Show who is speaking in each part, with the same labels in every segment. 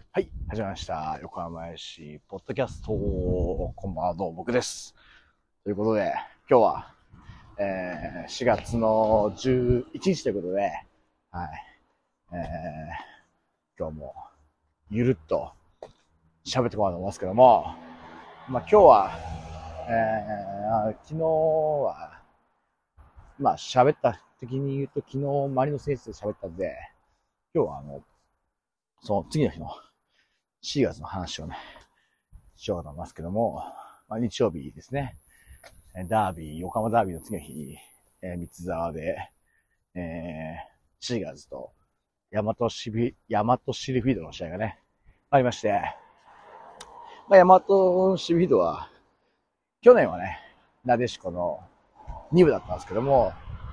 Speaker 1: はい、始まりました。横浜市ポッドキャスト。こんばんは、どうも僕です。ということで、今日は、4月の11日ということで、はい、え今日もゆるっと喋ってこようと思いますけども、今日は、昨日は、喋った時に言うと、昨日周りの先生と喋ったんで、今日はその次の日の4月の話をね、しようと思いますけども、日曜日ですね。ダービー、横浜ダービーの次の日に、三沢で、シーガーズとヤマトシルフィードの試合がね、ありまして、ヤマトシルフィードは、去年はね、なでしこの2部だったんですけども、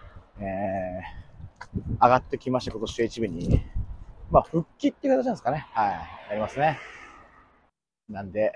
Speaker 1: 上がってきまして、今年は1部に、復帰っていう形なんですかね。はい、やりますね。なんで、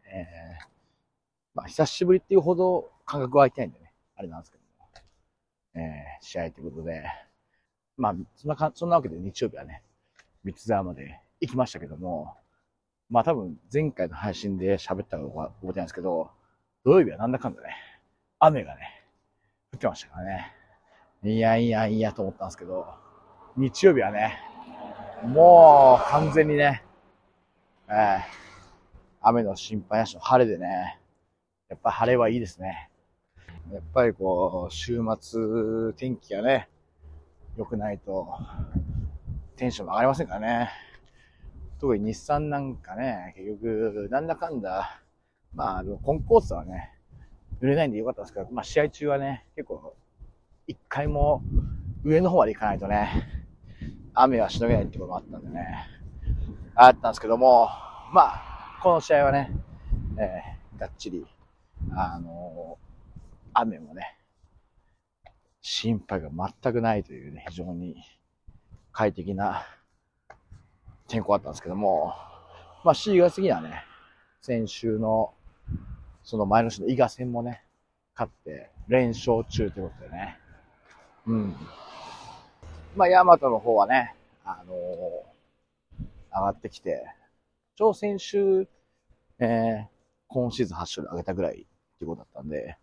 Speaker 1: 久しぶりっていうほど感覚は空いてないんでね、あれなんですけども、試合ということで、そんなわけで日曜日はね、三沢まで行きましたけども、多分前回の配信で喋ったのが覚えてないんですけど、土曜日はなんだかんだね、雨がね、降ってましたからね。いやいやいやと思ったんですけど、日曜日はね、もう完全にね、えー、雨の心配なしの晴れでね、やっぱ晴れはいいですね。やっぱりこう、週末天気がね、良くないとテンション上がりませんからね。特に日産なんかね、結局、なんだかんだ、コンコースはね、濡れないんでよかったんですけど、試合中はね、結構、一回も上の方まで行かないとね、雨はしのげないってこともあったんでね、あったんですけども、この試合はね、がっちり、雨もね、心配が全くないというね、非常に快適な天候だったんですけども、4月にはね、先週のその前の週の伊賀戦もね、勝って連勝中ということでね。うん。ヤマトの方はね、上がってきて、先週、今シーズン8勝で上げたぐらいっていうことだったんで、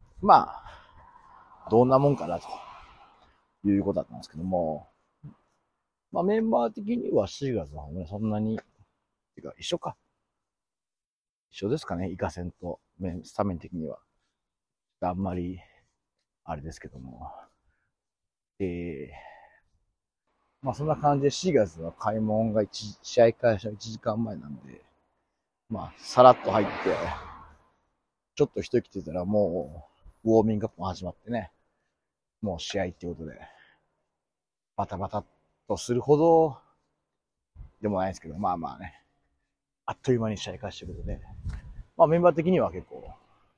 Speaker 1: どんなもんかなということだったんですけども、メンバー的には4月の方もね、そんなに、てか一緒か。一緒ですかね、イカ戦と、スタメン的には。あんまり、あれですけども。えそんな感じで4月の開門が試合開始の1時間前なんで、さらっと入って、ちょっと一息ついたらもう、ウォーミングアップも始まってね、もう試合っていうことで、バタバタっとするほどでもないですけど、ね、あっという間に試合開始ということで、メンバー的には結構、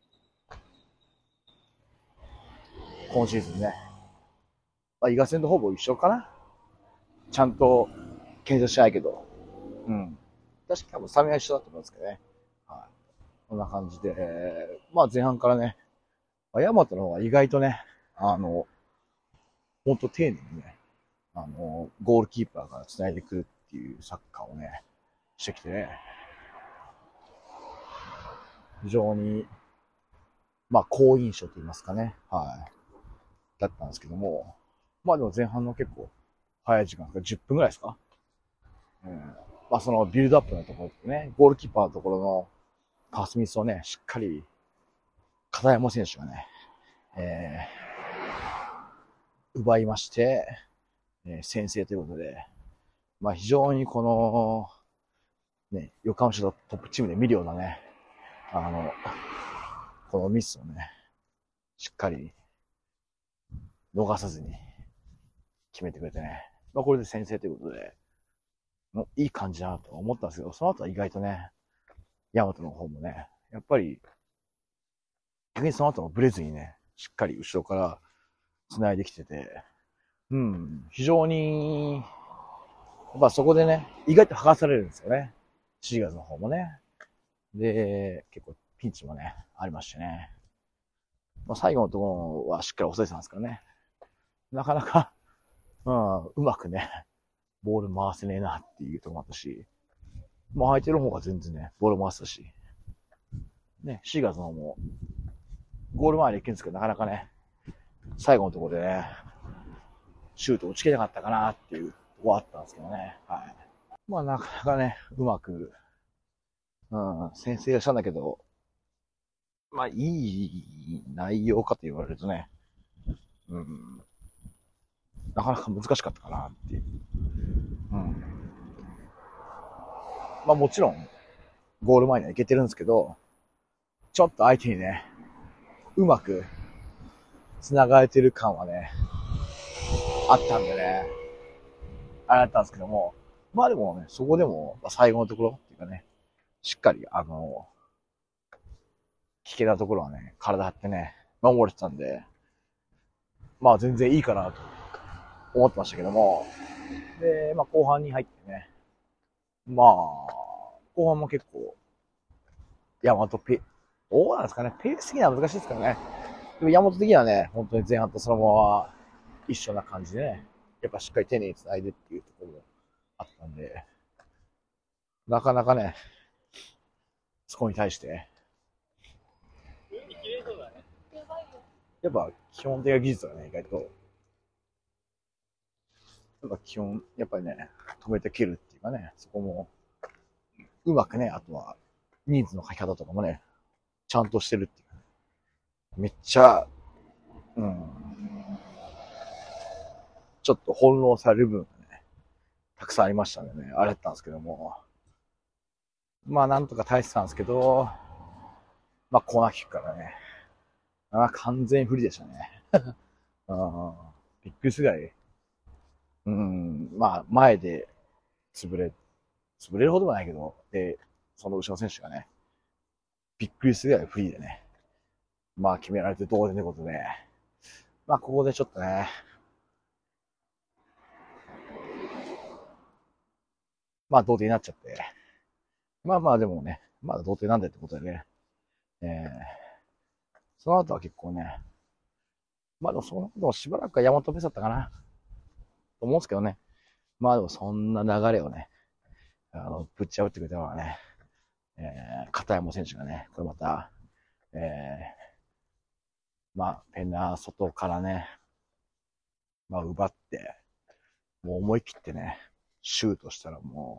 Speaker 1: 今シーズンね、伊賀戦とほぼ一緒かな。ちゃんと、検査してないけど、うん。確か多分スタミナ一緒だと思うんですけどね。はい。こんな感じで、前半からね、ヤマトの方が意外とね、ほんと丁寧にね、ゴールキーパーから繋いでくるっていうサッカーをね、してきてね、非常に、好印象と言いますかね、はい、だったんですけども、でも前半の結構早い時間ですか、10分ぐらいですか、うん。そのビルドアップのところってね、ゴールキーパーのところのパスミスをね、しっかり、片山選手がね、え奪いまして、先制ということで、非常にこの、ね、横浜市のトップチームで見るようなね、あの、このミスをね、しっかり逃さずに決めてくれてね、これで先制ということで、いい感じだなと思ったんですけど、その後は意外とね、ヤマトの方もね、やっぱり、逆にその後もブレずにね、しっかり後ろから繋いできてて、うん、非常に、そこでね、意外と剥がされるんですよね。シーガーズの方もね。で、結構ピンチもね、ありましてね。最後のところはしっかり抑えてたんですけどね。なかなか、うまくね、ボール回せねえなっていうところもあったし、 まあ相手の方が全然ね、ボール回したし、ね、シーガーズの方も、ゴール前で行くんですけど、なかなかね、最後のところでね、シュート打ち切れなかったかなっていうところはあったんですけどね。はい。まあなかなかね、うまく、先制したんだけど、まあいい内容かと言われるとね、うん、なかなか難しかったかなっていう。うん。まあもちろん、ゴール前には行けてるんですけど、ちょっと相手にね、うまく繋がれてる感はね、あったんでね、あれだったんですけども、まあでもね、そこでも最後のところっていうかね、しっかり、危険なところはね、体張ってね、守れてたんで、まあ全然いいかなと思ってましたけども、で、まあ後半に入ってね、まあ、後半も結構、ヤマトどうなんですかね、ペース的には難しいですからね。でもヤマト的にはね、本当に前半とそのまま一緒な感じでね、やっぱしっかり丁寧に繋いでっていうところもあったんで、なかなかね、そこに対して、やっぱ基本的な技術はね、意外と、やっぱ基本、やっぱりね、止めて蹴るっていうかね、そこも、うまくね、あとは、人数の書き方とかもね、ちゃんとしてるっていう。めっちゃ、うん、ちょっと翻弄される部分がね、たくさんありましたんでね、あれだったんですけども、まあなんとか耐えてたんですけど、まあコーナーキックからね、完全不利でしたね。びっくりするぐらい、まあ前で潰れるほどもないけど、で、その後ろの選手がね、びっくりするぐらいフリーでね、まあ決められて同点ということで、まあここでちょっとね、まあ同点になっちゃって、まあまあでもね、まだ同点なんでってことでね、えー、その後は結構ね、まあでもその後もしばらくは山本ペースだったかな、と思うんですけどね、まあでもそんな流れをね、ぶっちゃうってくれたのはね、片山選手がね、これまた、えまあ、ペナー外からね、まあ、奪って、もう思い切ってね、シュートしたらも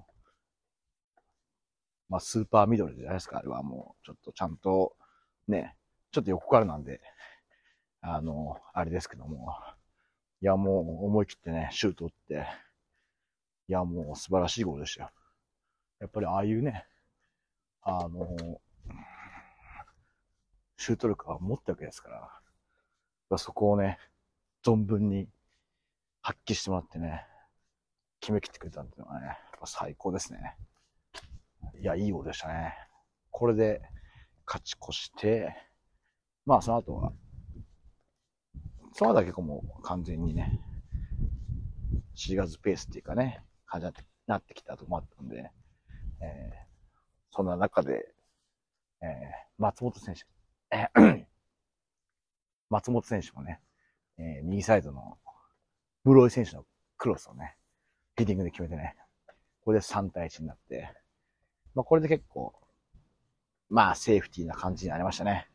Speaker 1: う、まあ、スーパーミドルじゃないですか、あれはもう、ちょっとちゃんと、ね、ちょっと横からなんで、あれですけども、いや、もう思い切ってね、シュート打って、いや、もう素晴らしいゴールでしたよ。やっぱりああいうね、あの、シュート力は持ってるわけですから、そこをね、存分に発揮してもらってね、決めきってくれたっていうのはね、やっぱ最高ですね。いや、いいゴールでしたね。これで勝ち越して、まあその後は、その後は結構もう完全にね、4月ペースっていうかね、感じになってきたとこもあったんで、そんな中で、松本選手、松本選手もね、右サイドの室井選手のクロスをね、ヘディングで決めてね、これで3対1になって、まあこれで結構、まあセーフティーな感じになりましたね。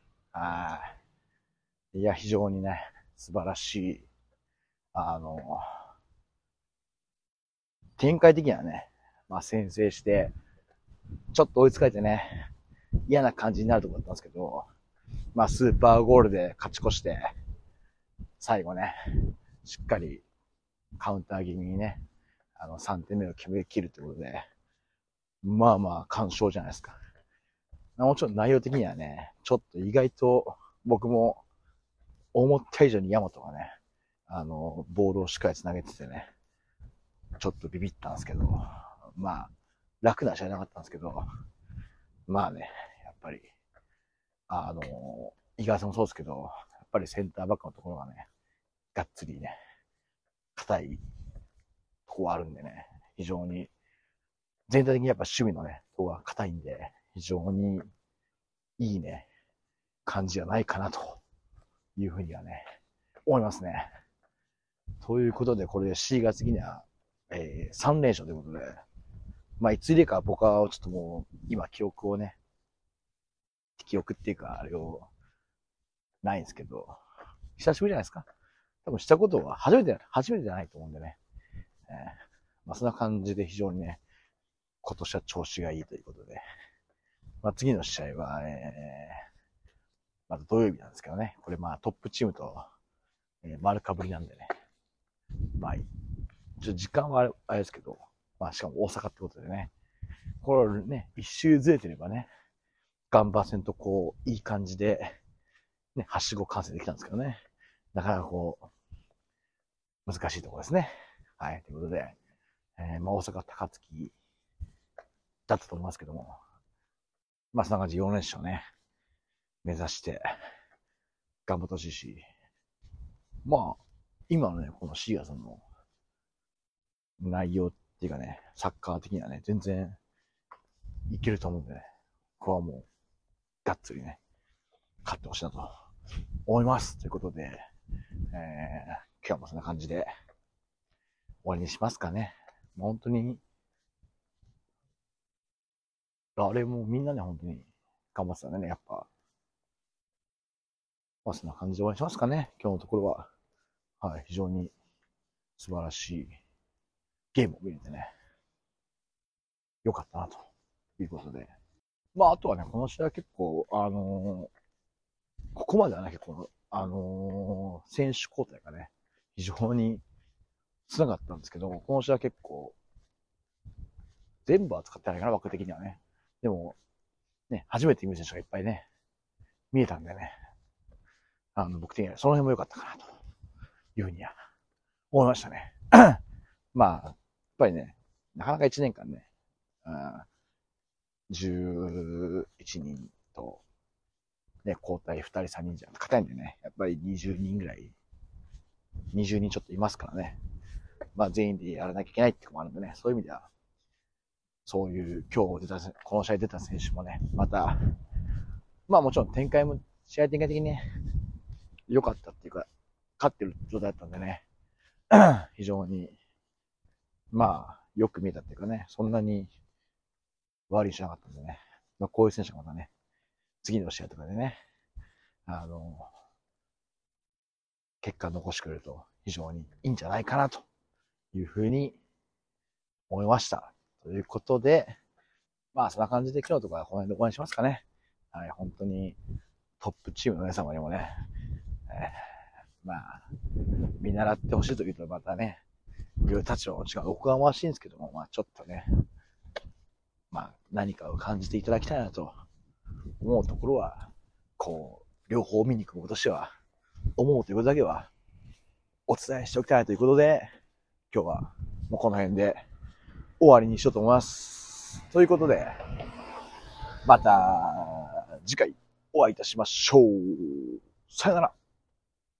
Speaker 1: いや、非常にね、素晴らしい、あの、展開的にはね、まあ先制して、ちょっと追いつかれてね、嫌な感じになるところだったんですけど、まあスーパーゴールで勝ち越して、最後ね、しっかりカウンター気味にね、3点目を決めきるということで、まあまあ、完勝じゃないですか。もちろん内容的にはね、ちょっと意外と僕も思った以上にヤマトがね、ボールをしっかり繋げててね、ちょっとビビったんですけど、まあ、楽な試合なかったんですけど、まあね、やっぱり、井川さんもそうですけど、やっぱりセンターバックのところがね、がっつりね、硬いところあるんでね、非常に、全体的にやっぱ守備のね、ところが硬いんで、非常にいいね、感じじゃないかなというふうにはね、思いますね。ということで、これで4月的には、3連勝ということで、 まあ、いつ入れか僕はちょっともう、今記憶をね、記憶っていうか、あれを、ないんですけど、久しぶりじゃないですか。多分したことは初めてじゃないと思うんでね。まあ、そんな感じで非常にね、今年は調子がいいということで。まあ、次の試合は、まず土曜日なんですけどね。これまあトップチームと、丸かぶりなんでね。まあ、時間はあれですけど、まあしかも大阪ってことでね。これね、一周ずれてればね、ガンバ戦とこう、いい感じで、ね、はしご完成できたんですけどね。なかなかこう、難しいところですね。はい、ということで、まあ大阪高槻だったと思いますけども、まあそんな感じで4連勝ね、目指して頑張ってほしいし、まあ、今のね、このシーガさんの内容っていうかね、サッカー的にはね、全然いけると思うんでね、ここはもう、がっつりね、勝ってほしいなと思います。ということで、今日もそんな感じで終わりにしますかね。本当に、あれもみんなね、本当に頑張ってたね、やっぱ。まあそんな感じで終わりにしますかね。今日のところは。はい、非常に素晴らしいゲームを見れてね、良かったなということで。まああとはね、この試合は結構、ここまではね、結構、選手交代がね、非常に繋がったんですけど、この試合は結構、全部は使ってないかな、枠的にはね。でも、ね、初めて見る選手がいっぱいね、見えたんでね、僕的にはその辺も良かったかな、というふうには思いましたね。まあ、やっぱりね、なかなか1年間ね、11人と、ね、交代2人3人じゃ硬いんでね、やっぱり20人ぐらい、20人ちょっといますからね。まあ全員でやらなきゃいけないってこともあるんでね、そういう意味では、そういう今日出た、この試合出た選手もね、また、まあもちろん展開も、試合展開的にね、良かったっていうか、勝ってる状態だったんでね、非常に、まあ、よく見えたっていうかね、そんなに悪いしなかったんでね、まあこういう選手がまたね、次の試合とかでね、結果残してくれると非常にいいんじゃないかなというふうに思いました。ということで、まあそんな感じで今日とかはこの辺で終わりにしますかね。はい、本当にトップチームの皆様にもね、まあ、見習ってほしいというとまたね、いう立場も違う、おこがましいんですけども、まあちょっとね、まあ何かを感じていただきたいなと思うところは、こう、両方見に行く僕としては、思うということだけはお伝えしておきたいということで、今日はもうこの辺で終わりにしようと思います。ということで、また次回お会いいたしましょう。さよなら。